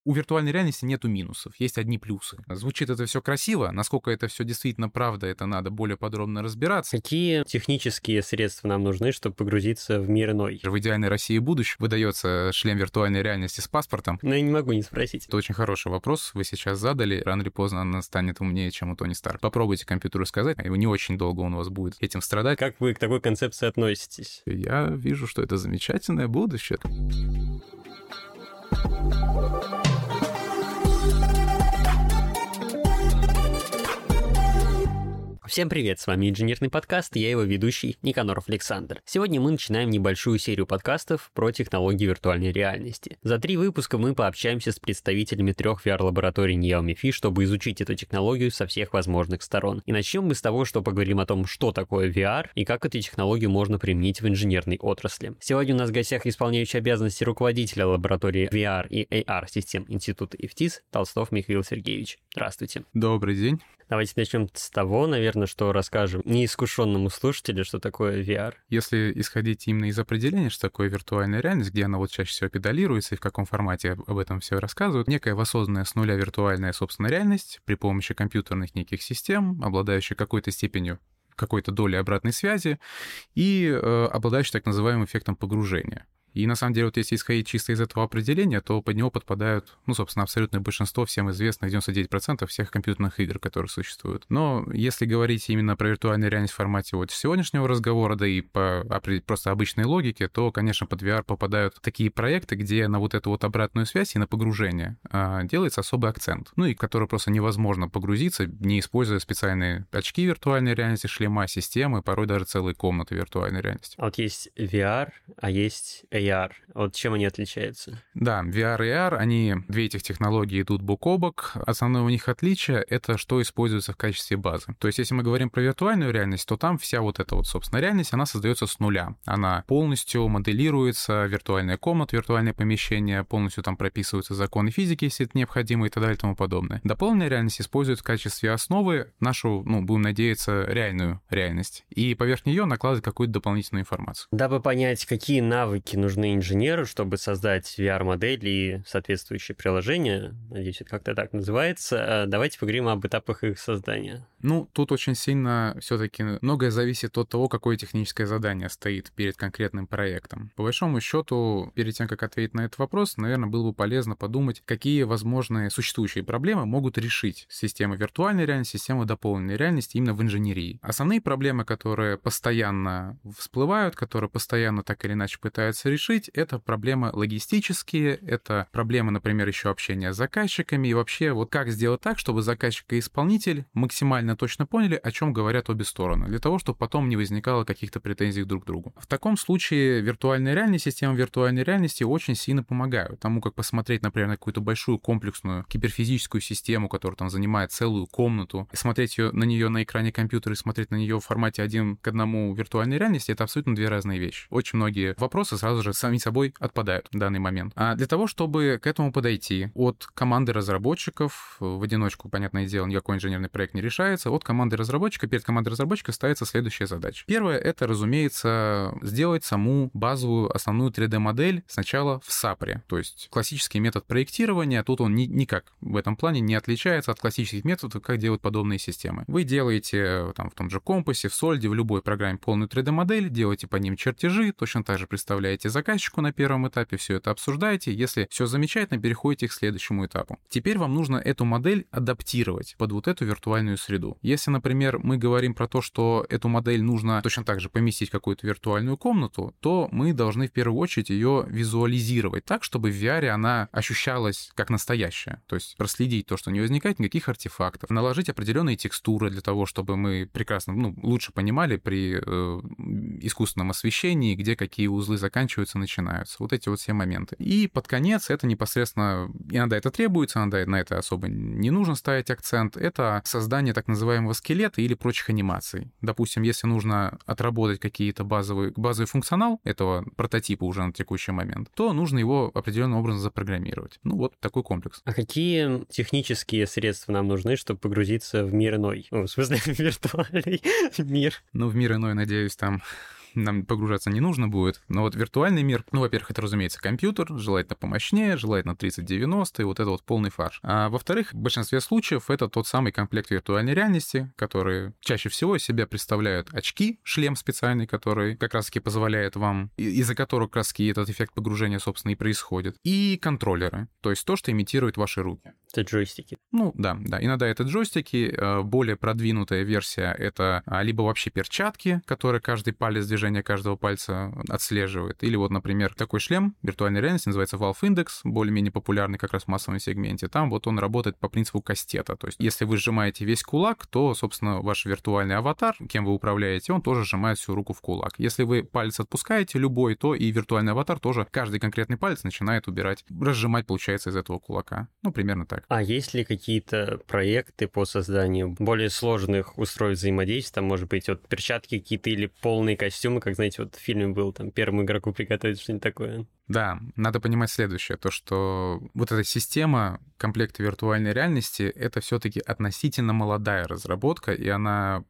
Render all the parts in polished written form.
У виртуальной реальности нету минусов, есть одни плюсы. Звучит это все красиво, насколько это все действительно правда, это надо более подробно разбираться. Какие технические средства нам нужны, чтобы погрузиться в мир иной? В идеальной России будущего выдается шлем виртуальной реальности с паспортом. Но я не могу не спросить. Это очень хороший вопрос, вы сейчас задали, рано или поздно она станет умнее, чем у Тони Старк. Попробуйте компьютеру сказать, и не очень долго он у вас будет этим страдать. Как вы к такой концепции относитесь? Я вижу, что это замечательное будущее. Всем привет, с вами Инженерный подкаст, я его ведущий Никаноров Александр. Сегодня мы начинаем небольшую серию подкастов про технологии виртуальной реальности. За 3 выпуска мы пообщаемся с представителями 3 VR-лабораторий NIO MIFI, чтобы изучить эту технологию со всех возможных сторон. И начнем мы с того, что поговорим о том, что такое VR и как эту технологию можно применить в инженерной отрасли. Сегодня у нас в гостях исполняющий обязанности руководителя лаборатории VR и AR-систем Института ИФТИС Толстов Михаил Сергеевич. Здравствуйте. Добрый день. Давайте начнем с того, наверное, что расскажем неискушенному слушателю, что такое VR. Если исходить именно из определения, что такое виртуальная реальность, где она вот чаще всего педалируется и в каком формате об этом все рассказывают, некая воссозданная с нуля виртуальная, собственно, реальность при помощи компьютерных неких систем, обладающая какой-то степенью, какой-то долей обратной связи и обладающая так называемым эффектом погружения. И на самом деле, вот если исходить чисто из этого определения, то под него подпадают, собственно, абсолютное большинство всем известных 99% всех компьютерных игр, которые существуют. Но если говорить именно про виртуальную реальность в формате вот сегодняшнего разговора, да и по просто обычной логике, то, конечно, под VR попадают такие проекты, где на вот эту вот обратную связь и на погружение делается особый акцент, и который просто невозможно погрузиться, не используя специальные очки виртуальной реальности, шлема, системы, порой даже целые комнаты виртуальной реальности. А вот есть VR, а есть AR. Вот чем они отличаются? Да, VR и AR, две этих технологии идут бок о бок. Основное у них отличие — это что используется в качестве базы. То есть, если мы говорим про виртуальную реальность, то там вся вот эта вот, собственно, реальность, она создается с нуля. Она полностью моделируется, виртуальная комната, виртуальное помещение, полностью там прописываются законы физики, если это необходимо, и так далее и тому подобное. Дополненная реальность использует в качестве основы нашу, будем надеяться, реальную реальность. И поверх нее накладывает какую-то дополнительную информацию. Дабы понять, какие навыки нужны инженеру, чтобы создать VR-модель и соответствующее приложение, надеюсь, это как-то так называется, давайте поговорим об этапах их создания. Тут очень сильно все-таки многое зависит от того, какое техническое задание стоит перед конкретным проектом. По большому счету, перед тем, как ответить на этот вопрос, наверное, было бы полезно подумать, какие возможные существующие проблемы могут решить система виртуальной реальности, система дополненной реальности именно в инженерии. Основные проблемы, которые постоянно всплывают, которые постоянно так или иначе пытаются решить, это проблемы логистические, это проблемы, например, еще общения с заказчиками и вообще вот как сделать так, чтобы заказчик и исполнитель максимально точно поняли, о чем говорят обе стороны, для того, чтобы потом не возникало каких-то претензий друг к другу. В таком случае виртуальная реальность, система виртуальной реальности очень сильно помогают тому, как посмотреть, например, на какую-то большую комплексную киберфизическую систему, которая там занимает целую комнату, и смотреть на нее на экране компьютера и смотреть на нее в формате 1 к 1 виртуальной реальности, это абсолютно две разные вещи. Очень многие вопросы сразу же сами собой отпадают в данный момент. А для того, чтобы к этому подойти от команды разработчиков, в одиночку, понятное дело, никакой инженерный проект не решается, от команды разработчика, перед командой разработчика ставится следующая задача. Первое — это, разумеется, сделать саму базовую основную 3D-модель сначала в SAPRE, то есть классический метод проектирования, тут он никак в этом плане не отличается от классических методов, как делать подобные системы. Вы делаете там в том же Компасе, в Solid, в любой программе полную 3D-модель, делаете по ним чертежи, точно так же представляете заказчику на первом этапе, все это обсуждаете, если все замечательно, переходите к следующему этапу. Теперь вам нужно эту модель адаптировать под вот эту виртуальную среду. Если, например, мы говорим про то, что эту модель нужно точно так же поместить в какую-то виртуальную комнату, то мы должны в первую очередь ее визуализировать так, чтобы в VR она ощущалась как настоящая. То есть проследить то, что не возникает никаких артефактов, наложить определенные текстуры для того, чтобы мы прекрасно, лучше понимали при искусственном освещении, где какие узлы заканчиваются, начинаются. Вот эти вот все моменты. И под конец это непосредственно, иногда это требуется, иногда на это особо не нужно ставить акцент, это создание так называемого скелета или прочих анимаций. Допустим, если нужно отработать какие-то базовый функционал этого прототипа уже на текущий момент, то нужно его определенным образом запрограммировать. Вот такой комплекс. А какие технические средства нам нужны, чтобы погрузиться в мир иной? В смысле, в виртуальный мир? В мир иной, надеюсь, там нам погружаться не нужно будет. Но вот виртуальный мир, ну, во-первых, это, разумеется, компьютер, желательно помощнее, желательно 3090, и вот это вот полный фарш. А во-вторых, в большинстве случаев это тот самый комплект виртуальной реальности, который чаще всего из себя представляют очки, шлем специальный, который как раз-таки позволяет вам, из-за которого как раз-таки этот эффект погружения, собственно, и происходит, и контроллеры, то есть то, что имитирует ваши руки. Это джойстики. Ну, да. Иногда это джойстики. Более продвинутая версия — это либо вообще перчатки, которые каждый палец, движение каждого пальца отслеживает. Или вот, например, такой шлем виртуальной реальности называется Valve Index, более-менее популярный как раз в массовом сегменте. Там вот он работает по принципу кастета. То есть если вы сжимаете весь кулак, то, собственно, ваш виртуальный аватар, кем вы управляете, он тоже сжимает всю руку в кулак. Если вы палец отпускаете любой, то и виртуальный аватар тоже каждый конкретный палец начинает убирать, разжимать, получается, из этого кулака. Ну, примерно так. А есть ли какие-то проекты по созданию более сложных устройств взаимодействия? Там, может быть, вот перчатки какие-то или полные костюмы, как, знаете, вот в фильме был, там, первому игроку приготовить что-нибудь такое? Да, надо понимать следующее, то что вот эта система комплекта виртуальной реальности — это все-таки относительно молодая разработка, и она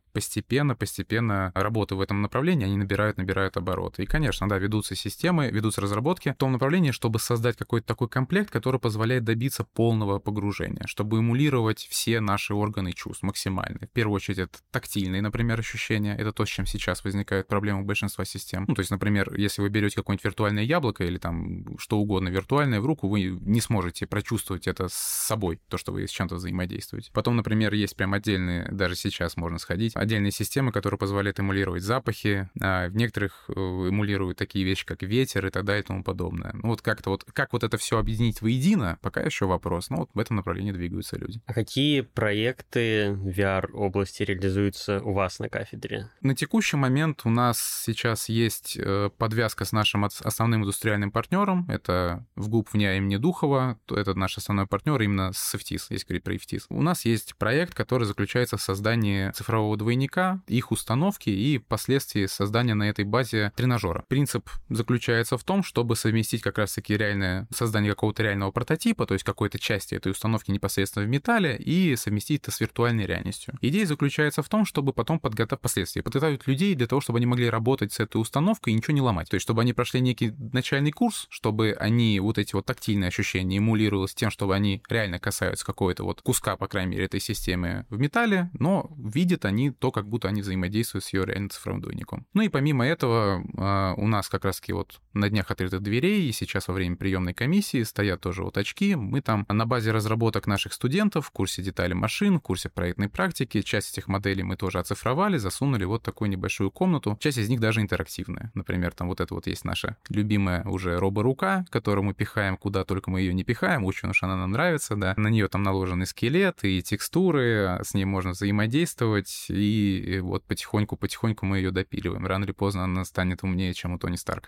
постепенно работы в этом направлении, они набирают обороты. И, конечно, да, ведутся системы, ведутся разработки в том направлении, чтобы создать какой-то такой комплект, который позволяет добиться полного погружения, чтобы эмулировать все наши органы чувств максимально. В первую очередь, это тактильные, например, ощущения. Это то, с чем сейчас возникают проблемы у большинства систем. Ну, то есть, например, если вы берете какое-нибудь виртуальное яблоко или там что угодно виртуальное в руку, вы не сможете прочувствовать это с собой, то, что вы с чем-то взаимодействуете. Потом, например, есть прям отдельные, даже сейчас можно сходить, отдельные системы, которые позволяют эмулировать запахи, а в некоторых эмулируют такие вещи, как ветер и так далее и тому подобное. Ну вот как-то вот, как вот это все объединить воедино, пока еще вопрос, но вот в этом направлении двигаются люди. А какие проекты VR-области реализуются у вас на кафедре? На текущий момент у нас сейчас есть подвязка с нашим основным индустриальным партнером, это ВГУП ВНИА имени Духова, это наш основной партнер именно с EFTIS, если говорить про EFTIS. У нас есть проект, который заключается в создании цифрового двойника, их установки и впоследствии создания на этой базе тренажера. Принцип заключается в том, чтобы совместить как раз-таки реальное создание какого-то реального прототипа, то есть какой-то части этой установки непосредственно в металле, и совместить это с виртуальной реальностью. Идея заключается в том, чтобы потом впоследствии подготовить людей для того, чтобы они могли работать с этой установкой и ничего не ломать. То есть чтобы они прошли некий начальный курс, чтобы они вот эти вот тактильные ощущения эмулировалось тем, чтобы они реально касаются какого-то вот куска, по крайней мере, этой системы в металле, но видят они то, как будто они взаимодействуют с ее реально цифровым двойником. Ну и помимо этого у нас как раз-таки вот на днях открытых дверей, и сейчас во время приемной комиссии стоят тоже вот очки. Мы там на базе разработок наших студентов в курсе детали машин, в курсе проектной практики, часть этих моделей мы тоже оцифровали, засунули вот такую небольшую комнату. Часть из них даже интерактивная. Например, там вот это вот есть наша любимая уже роборука, которую мы пихаем куда только мы ее не пихаем, очень уж она нам нравится, да. На нее там наложены скелеты и текстуры, с ней можно взаимодействовать, и вот потихоньку мы ее допиливаем. Рано или поздно она станет умнее, чем у Тони Старка.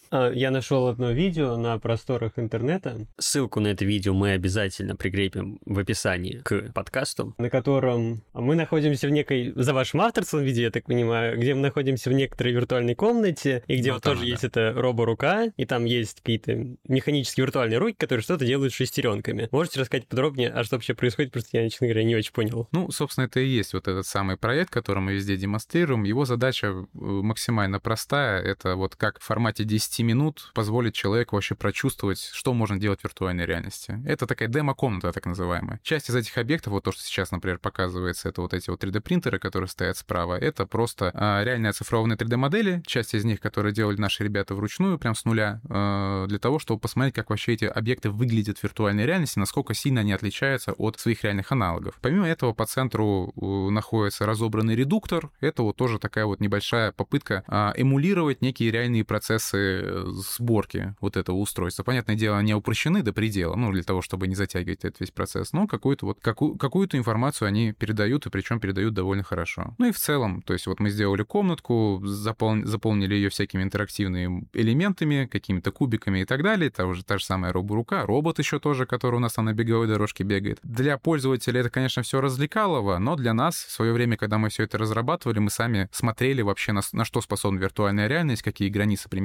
Я нашел одно видео на просторах интернета. Ссылку на это видео мы обязательно прикрепим в описании к подкасту, на котором мы находимся в некой, за вашим авторством видео, я так понимаю, где мы находимся в некоторой виртуальной комнате, и где вот тоже есть эта роборука, и там есть какие-то механические виртуальные руки, которые что-то делают шестеренками. Можете рассказать подробнее, а что вообще происходит? Просто я, честно говоря, не очень понял. Ну, собственно, это и есть вот этот самый проект, который мы везде демонстрируем. Его задача максимально простая. Это вот как в формате 10 минут позволить человеку вообще прочувствовать, что можно делать в виртуальной реальности. Это такая демо-комната, так называемая. Часть из этих объектов, вот то, что сейчас, например, показывается, это вот эти вот 3D-принтеры, которые стоят справа, это просто реальные оцифрованные 3D-модели, часть из них, которые делали наши ребята вручную, прям с нуля, для того, чтобы посмотреть, как вообще эти объекты выглядят в виртуальной реальности, насколько сильно они отличаются от своих реальных аналогов. Помимо этого, по центру находится разобранный редуктор. Это вот тоже такая вот небольшая попытка эмулировать некие реальные процессы сборки вот этого устройства. Понятное дело, они упрощены до предела, ну, для того, чтобы не затягивать этот весь процесс, но какую-то информацию они передают, и причем передают довольно хорошо. Ну и в целом, то есть вот мы сделали комнатку, заполнили ее всякими интерактивными элементами, какими-то кубиками и так далее. Та же самая роборука, робот еще тоже, который у нас там на беговой дорожке бегает. Для пользователя это, конечно, все развлекалово, но для нас в свое время, когда мы все это разрабатывали, мы сами смотрели вообще на что способна виртуальная реальность, какие границы применимости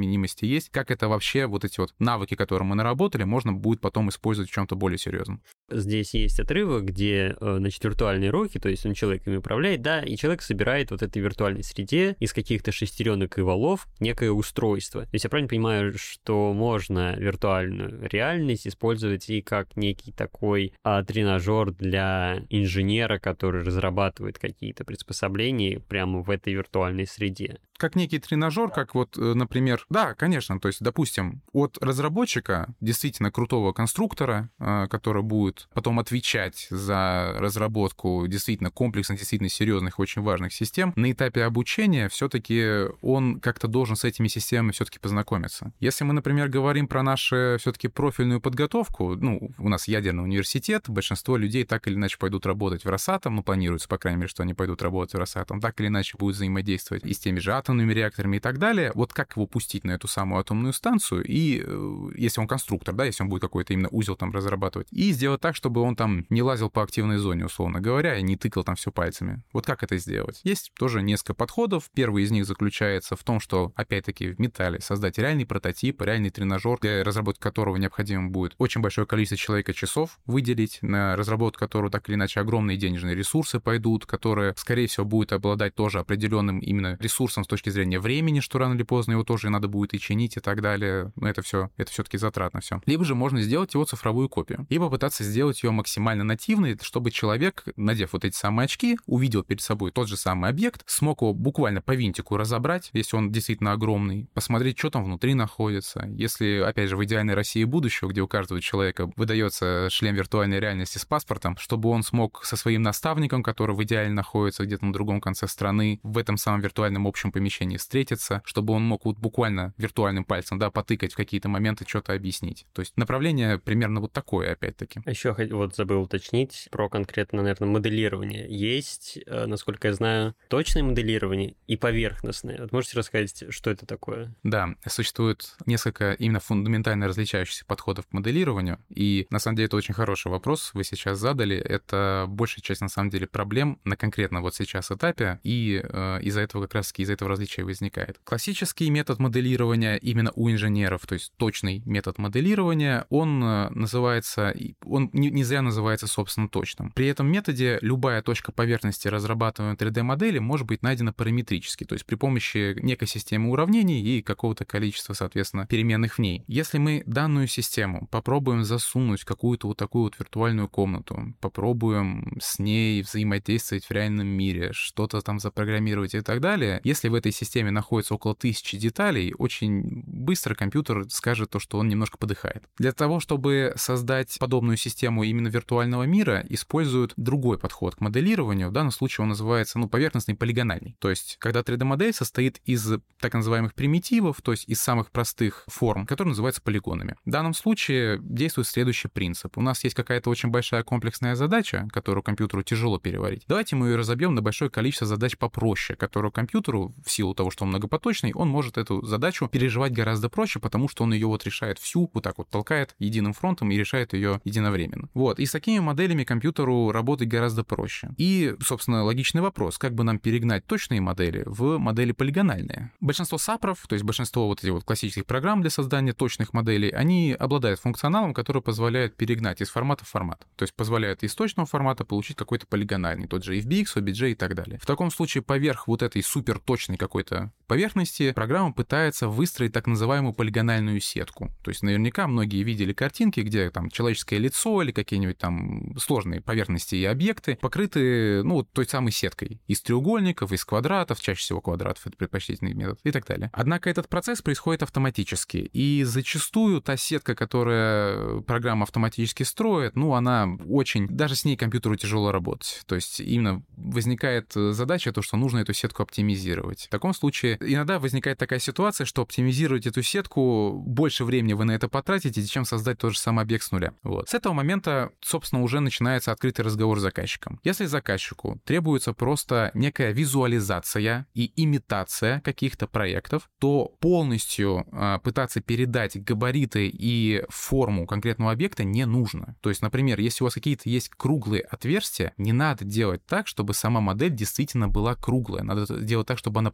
есть, как это вообще, вот эти вот навыки, которые мы наработали, можно будет потом использовать в чем-то более серьезном. Здесь есть отрывок, где, значит, виртуальные руки, то есть он человеками управляет, да, и человек собирает вот этой виртуальной среде из каких-то шестеренок и валов некое устройство. То есть я правильно понимаю, что можно виртуальную реальность использовать и как некий такой тренажер для инженера, который разрабатывает какие-то приспособления прямо в этой виртуальной среде? Как некий тренажер, как вот, например, да, конечно, то есть, допустим, от разработчика, действительно крутого конструктора, который будет потом отвечать за разработку действительно комплексных, действительно серьезных, очень важных систем, на этапе обучения все-таки он как-то должен с этими системами все-таки познакомиться. Если мы, например, говорим про нашу все-таки профильную подготовку, ну, у нас ядерный университет, большинство людей так или иначе пойдут работать в Росатом, ну, планируется, по крайней мере, что они пойдут работать в Росатом, так или иначе будут взаимодействовать и с теми же атомными реакторами и так далее. Вот как его пустить на эту самую атомную станцию, и если он конструктор, да, если он будет какой-то именно узел там разрабатывать, и сделать так, чтобы он там не лазил по активной зоне, условно говоря, и не тыкал там все пальцами. Вот как это сделать? Есть тоже несколько подходов. Первый из них заключается в том, что, опять-таки, в металле создать реальный прототип, реальный тренажер, для разработки которого необходимо будет очень большое количество человека-часов выделить, на разработку которого так или иначе огромные денежные ресурсы пойдут, которые, скорее всего, будут обладать тоже определенным именно ресурсом с точки зрения времени, что рано или поздно его тоже надо будет и чинить и так далее. Но это все-таки затратно все. Либо же можно сделать его цифровую копию, и попытаться сделать ее максимально нативной, чтобы человек, надев вот эти самые очки, увидел перед собой тот же самый объект, смог его буквально по винтику разобрать, если он действительно огромный, посмотреть, что там внутри находится. Если, опять же, в идеальной России будущего, где у каждого человека выдается шлем виртуальной реальности с паспортом, чтобы он смог со своим наставником, который в идеале находится где-то на другом конце страны, в этом самом виртуальном общем помещении встретиться, чтобы он мог вот буквально виртуальным пальцем, да, потыкать в какие-то моменты, что-то объяснить. То есть направление примерно вот такое, опять-таки. Еще вот забыл уточнить про конкретно, наверное, моделирование. Есть, насколько я знаю, точное моделирование и поверхностное. Вот можете рассказать, что это такое? Да, существует несколько именно фундаментально различающихся подходов к моделированию, и на самом деле это очень хороший вопрос, вы сейчас задали. Это большая часть, на самом деле, проблем на конкретно вот сейчас этапе, и из-за этого как раз-таки из-за этого различия возникает. Классический метод моделирования именно у инженеров, то есть точный метод моделирования, он называется, он не зря называется, собственно, точным. При этом методе любая точка поверхности разрабатываемой 3D-модели может быть найдена параметрически, то есть при помощи некой системы уравнений и какого-то количества, соответственно, переменных в ней. Если мы данную систему попробуем засунуть в какую-то вот такую вот виртуальную комнату, попробуем с ней взаимодействовать в реальном мире, что-то там запрограммировать и так далее, если в этой системе находится около 1000 деталей, очень быстро компьютер скажет то, что он немножко подыхает. Для того, чтобы создать подобную систему именно виртуального мира, используют другой подход к моделированию. В данном случае он называется, поверхностный полигональный. То есть, когда 3D-модель состоит из так называемых примитивов, то есть из самых простых форм, которые называются полигонами. В данном случае действует следующий принцип. У нас есть какая-то очень большая комплексная задача, которую компьютеру тяжело переварить. Давайте мы ее разобьем на большое количество задач попроще, которую компьютеру, в силу того, что он многопоточный, он может эту задачу переживать гораздо проще, потому что он ее вот решает всю, вот так вот толкает единым фронтом и решает ее единовременно. Вот. И с такими моделями компьютеру работать гораздо проще. И, собственно, логичный вопрос, как бы нам перегнать точные модели в модели полигональные. Большинство САПров, то есть большинство вот этих вот классических программ для создания точных моделей, они обладают функционалом, который позволяет перегнать из формата в формат. То есть позволяет из точного формата получить какой-то полигональный, тот же FBX, OBJ и так далее. В таком случае поверх вот этой суперточной какой-то поверхности программа пытается выстроить так называемую полигональную сетку. То есть наверняка многие видели картинки, где там человеческое лицо или какие-нибудь там сложные поверхности и объекты покрыты, той самой сеткой из треугольников, из квадратов, чаще всего квадратов, это предпочтительный метод и так далее. Однако этот процесс происходит автоматически, и зачастую та сетка, которую программа автоматически строит, она очень, даже с ней компьютеру тяжело работать. То есть именно возникает задача, то, что нужно эту сетку оптимизировать. В таком случае иногда возникает такая ситуация, что оптимизировать эту сетку, больше времени вы на это потратите, чем создать тот же самый объект с нуля. Вот. С этого момента, собственно, уже начинается открытый разговор с заказчиком. Если заказчику требуется просто некая визуализация и имитация каких-то проектов, то полностью пытаться передать габариты и форму конкретного объекта не нужно. То есть, например, если у вас какие-то есть круглые отверстия, не надо делать так, чтобы сама модель действительно была круглая. Надо делать так, чтобы она просто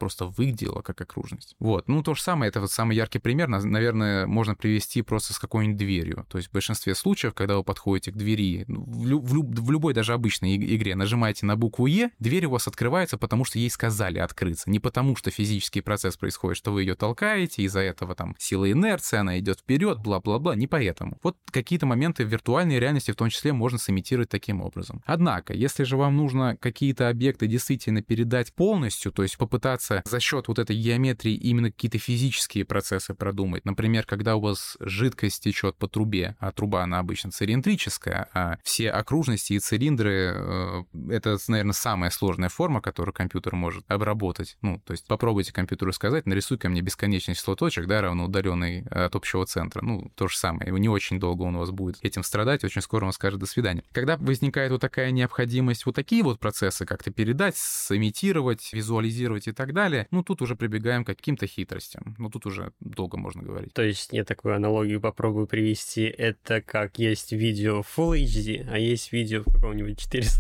просто выглядело как окружность. Вот. Ну, то же самое, это вот самый яркий пример, наверное, можно привести просто с какой-нибудь дверью. То есть в большинстве случаев, когда вы подходите к двери, в любой даже обычной игре нажимаете на букву «Е», дверь у вас открывается, потому что ей сказали открыться. Не потому что физический процесс происходит, что вы ее толкаете, из-за этого там сила инерции, она идет вперед, бла-бла-бла, не поэтому. Вот какие-то моменты в виртуальной реальности в том числе можно сымитировать таким образом. Однако, если же вам нужно какие-то объекты действительно передать полностью, то есть попытаться за счет вот этой геометрии именно какие-то физические процессы продумать, например, когда у вас жидкость течет по трубе, а труба, она обычно цилиндрическая, а все окружности и цилиндры это, наверное, самая сложная форма, которую компьютер может обработать. Ну, то есть попробуйте компьютеру сказать, нарисуй-ка мне бесконечное число точек, да, равно удаленной от общего центра. Ну, то же самое. Не очень долго он у вас будет этим страдать, очень скоро он скажет «до свидания». Когда возникает вот такая необходимость вот такие вот процессы как-то передать, сымитировать, визуализировать и так далее, ну, тут уже прибегаем к каким-то хитростям. Ну, тут уже долго можно говорить. То есть я такую аналогию попробую привести. Это как есть видео Full HD, а есть видео в каком-нибудь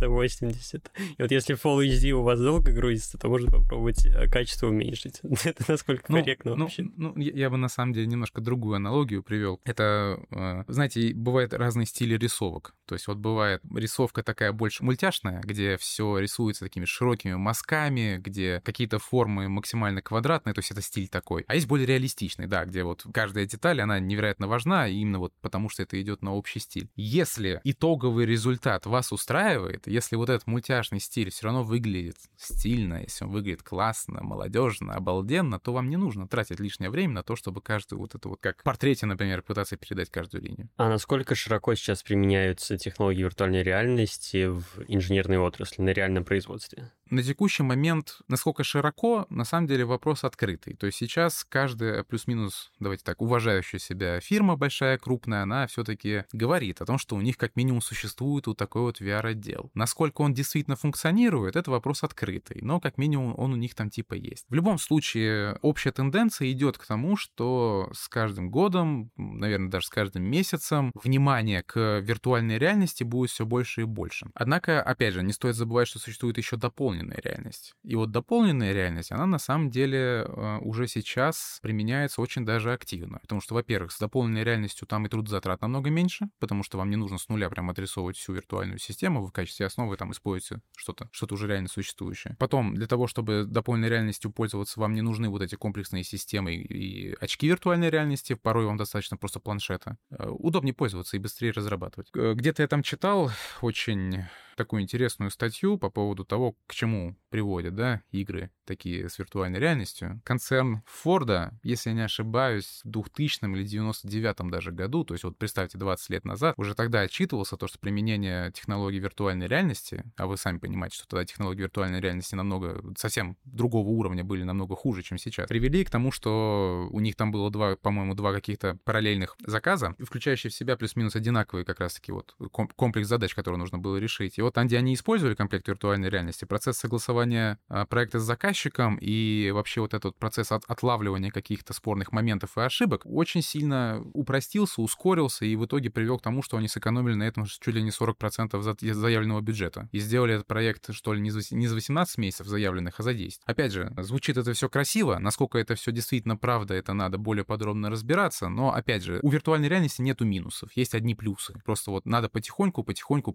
480. И вот если Full HD у вас долго грузится, то можно попробовать качество уменьшить. Это насколько корректно вообще? Я бы на самом деле немножко другую аналогию привел. Это, знаете, бывают разные стили рисовок. То есть вот бывает рисовка такая больше мультяшная, где все рисуется такими широкими мазками, где какие-то формы максимально квадратные, то есть это стиль такой. А есть более реалистичный, да, где вот каждая деталь, она невероятно важна, именно вот потому что это идет на общий стиль. Если итоговый результат вас устраивает, если вот этот мультяшный стиль все равно выглядит стильно, если он выглядит классно, молодежно, обалденно, то вам не нужно тратить лишнее время на то, чтобы каждую вот это вот, как в портрете, например, пытаться передать каждую линию. А насколько широко сейчас применяются технологии виртуальной реальности в инженерной отрасли, на реальном производстве? На текущий момент, насколько широко, на самом деле вопрос открытый. То есть сейчас каждая плюс-минус, давайте так, уважающая себя фирма большая, крупная, она все-таки говорит о том, что у них как минимум существует вот такой вот VR-отдел. Насколько он действительно функционирует, это вопрос открытый, но как минимум он у них там типа есть. В любом случае, общая тенденция идет к тому, что с каждым годом, наверное, даже с каждым месяцем, внимание к виртуальной реальности будет все больше и больше. Однако, опять же, не стоит забывать, что существует еще дополненная реальность. И вот дополненная реальность, она на самом деле уже сейчас применяется очень даже активно. Потому что, во-первых, с дополненной реальностью там и трудозатрат намного меньше, потому что вам не нужно с нуля прям отрисовывать всю виртуальную систему, вы в качестве основы там используете что-то уже реально существующее. Потом, для того, чтобы дополненной реальностью пользоваться, вам не нужны вот эти комплексные системы и очки виртуальной реальности, порой вам достаточно просто планшета. Удобнее пользоваться и быстрее разрабатывать. Где-то я там читал очень такую интересную статью по поводу того, к чему приводят, да, игры такие с виртуальной реальностью. Концерн Форда, если я не ошибаюсь, в 2000 или 99 даже году, то есть вот представьте, 20 лет назад, уже тогда отчитывался то, что применение технологий виртуальной реальности, а вы сами понимаете, что тогда технологии виртуальной реальности намного, совсем другого уровня были, намного хуже, чем сейчас, привели к тому, что у них там было два каких-то параллельных заказа, включающие в себя плюс-минус одинаковые как раз-таки вот комплекс задач, которые нужно было решить. И вот там, где они использовали комплект виртуальной реальности, процесс согласования проекта с заказчиком и вообще вот этот процесс отлавливания каких-то спорных моментов и ошибок очень сильно упростился, ускорился и в итоге привел к тому, что они сэкономили на этом чуть ли не 40% заявленного бюджета. И сделали этот проект, что ли, не за 18 месяцев заявленных, а за 10. Опять же, звучит это все красиво, насколько это все действительно правда, это надо более подробно разбираться, но, опять же, у виртуальной реальности нету минусов, есть одни плюсы. Просто вот надо потихоньку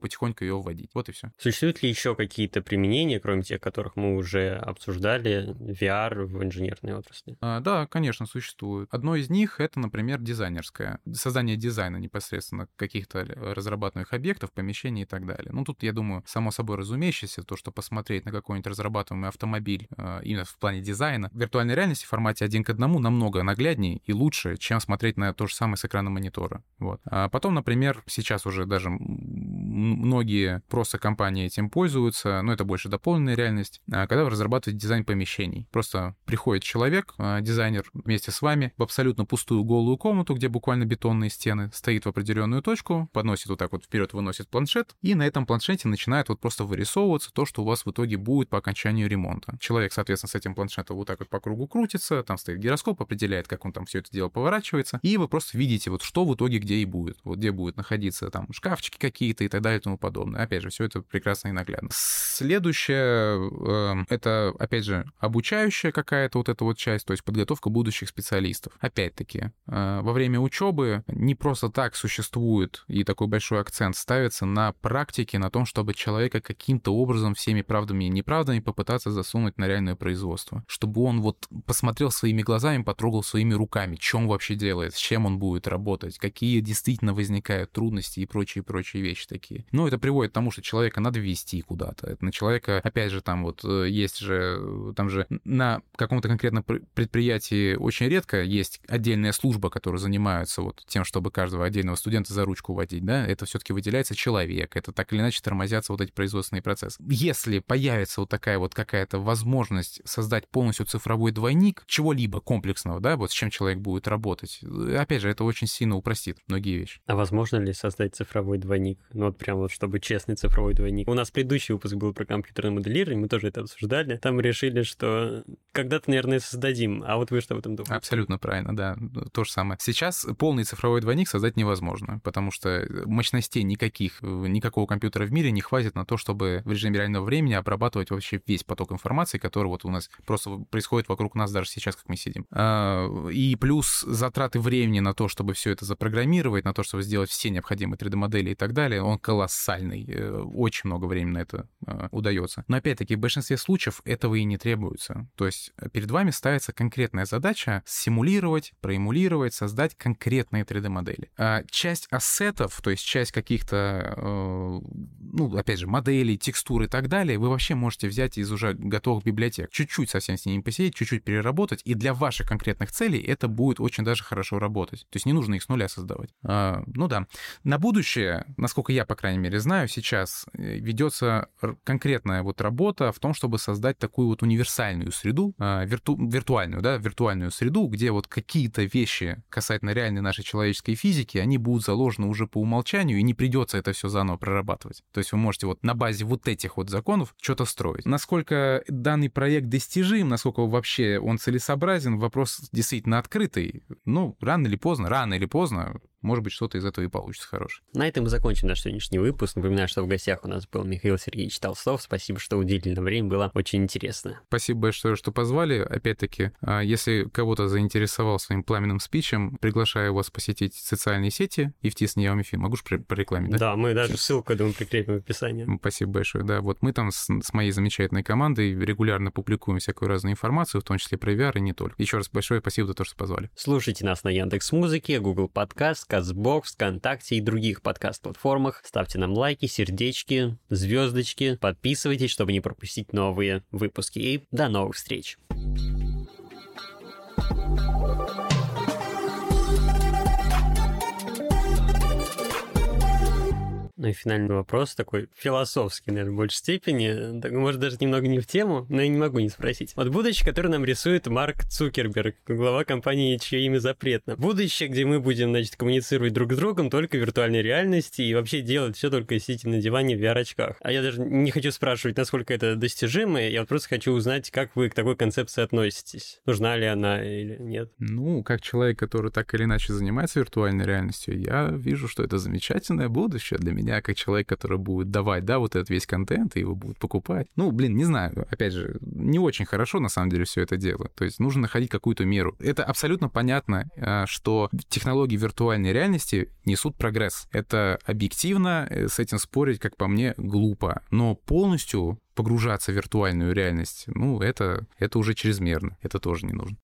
ее вводить. Вот и все. Существуют ли еще какие-то применения, кроме тех, которых мы уже обсуждали, VR в инженерной отрасли? Да, конечно, существует. Одно из них — это, например, дизайнерское. Создание дизайна непосредственно каких-то разрабатываемых объектов, помещений и так далее. Ну, тут, я думаю, само собой разумеющееся, то, что посмотреть на какой-нибудь разрабатываемый автомобиль именно в плане дизайна, в виртуальной реальности в формате 1 к 1 намного нагляднее и лучше, чем смотреть на то же самое с экрана монитора. Вот. А потом, например, сейчас уже даже многие просто компании этим пользуются, но это больше дополненная реальность, когда вы разрабатываете дизайн помещений. Просто приходит человек, дизайнер вместе с вами в абсолютно пустую голую комнату, где буквально бетонные стены, стоит в определенную точку, подносит вот так вот вперед, выносит планшет, и на этом планшете начинает вот просто вырисовываться то, что у вас в итоге будет по окончанию ремонта. Человек, соответственно, с этим планшетом вот так вот по кругу крутится, там стоит гироскоп, определяет, как он там все это дело поворачивается, и вы просто видите, вот что в итоге где и будет. Вот где будет находиться там шкафчики какие-то и так далее и тому подобное. Опять же, все все это прекрасно и наглядно. Следующее, это, опять же, обучающая какая-то вот эта вот часть, то есть подготовка будущих специалистов. Опять-таки, во время учебы не просто так существует, и такой большой акцент ставится на практике, на том, чтобы человека каким-то образом всеми правдами и неправдами попытаться засунуть на реальное производство. Чтобы он вот посмотрел своими глазами, потрогал своими руками, что он вообще делает, с чем он будет работать, какие действительно возникают трудности и прочие вещи такие. Ну, это приводит к тому, что человека надо вести куда-то. Это на человека, опять же, там вот есть же, там же на каком-то конкретном предприятии очень редко есть отдельная служба, которая занимается вот тем, чтобы каждого отдельного студента за ручку водить, да, это все-таки выделяется человек, это так или иначе тормозятся вот эти производственные процессы. Если появится вот такая вот какая-то возможность создать полностью цифровой двойник чего-либо комплексного, да, вот с чем человек будет работать, опять же, это очень сильно упростит многие вещи. А возможно ли создать цифровой двойник? Ну вот прям вот, чтобы честный цифровой двойник. У нас предыдущий выпуск был про компьютерное моделирование, мы тоже это обсуждали. Там мы решили, что когда-то, наверное, создадим. А вот вы что об этом думаете? Абсолютно правильно, да. То же самое. Сейчас полный цифровой двойник создать невозможно, потому что мощностей никакого компьютера в мире не хватит на то, чтобы в режиме реального времени обрабатывать вообще весь поток информации, который вот у нас просто происходит вокруг нас даже сейчас, как мы сидим. И плюс затраты времени на то, чтобы все это запрограммировать, на то, чтобы сделать все необходимые 3D-модели и так далее, он колоссальный. Очень много времени на это удается. Но опять-таки, в большинстве случаев этого и не требуется. То есть перед вами ставится конкретная задача симулировать, проэмулировать, создать конкретные 3D-модели. Часть ассетов, то есть часть каких-то, ну, опять же, моделей, текстур и так далее, вы вообще можете взять из уже готовых библиотек. Чуть-чуть совсем с ними посидеть, чуть-чуть переработать, и для ваших конкретных целей это будет очень даже хорошо работать. То есть не нужно их с нуля создавать. Ну да. На будущее, насколько я, по крайней мере, знаю, сейчас ведется конкретная вот работа в том, чтобы создать такую вот универсальную среду, виртуальную среду, где вот какие-то вещи касательно реальной нашей человеческой физики, они будут заложены уже по умолчанию, и не придется это все заново прорабатывать. То есть вы можете вот на базе вот этих вот законов что-то строить. Насколько данный проект достижим, насколько вообще он целесообразен, вопрос действительно открытый. Ну, рано или поздно, может быть, что-то из этого и получится хорошее. На этом мы закончим наш сегодняшний выпуск. Напоминаю, что в гостях у нас был Михаил Сергеевич Толстов. Спасибо, что уделили нам время, было очень интересно. Спасибо большое, что позвали. Опять-таки, если кого-то заинтересовал своим пламенным спичем, приглашаю вас посетить социальные сети «Ифтис Неомифи». Могу же прорекламить, да? Да, мы даже ссылку, думаю, прикрепим в описании. Спасибо большое, да. Вот мы там с моей замечательной командой регулярно публикуем всякую разную информацию, в том числе про VR и не только. Еще раз большое спасибо за то, что позвали. Слушайте нас на Яндекс.Музыке, Google Подкаст, Castbox, ВКонтакте и других подкаст-платформах. Ставьте нам лайки, сердечки, звездочки. Подписывайтесь, чтобы не пропустить новые выпуски. И до новых встреч! Ну и финальный вопрос, такой философский, наверное, в большей степени. Так, может, даже немного не в тему, но я не могу не спросить. Вот будущее, которое нам рисует Марк Цукерберг, глава компании, чье имя запретно. Будущее, где мы будем, значит, коммуницировать друг с другом только в виртуальной реальности и вообще делать все только сидя на диване в VR-очках. А я даже не хочу спрашивать, насколько это достижимо, я вот просто хочу узнать, как вы к такой концепции относитесь. Нужна ли она или нет? Ну, как человек, который так или иначе занимается виртуальной реальностью, я вижу, что это замечательное будущее для меня, как человек, который будет давать, да, вот этот весь контент, и его будут покупать. Ну, блин, не знаю, опять же, не очень хорошо, на самом деле, все это дело. То есть нужно находить какую-то меру. Это абсолютно понятно, что технологии виртуальной реальности несут прогресс. Это объективно, с этим спорить, как по мне, глупо. Но полностью погружаться в виртуальную реальность, ну, это уже чрезмерно. Это тоже не нужно.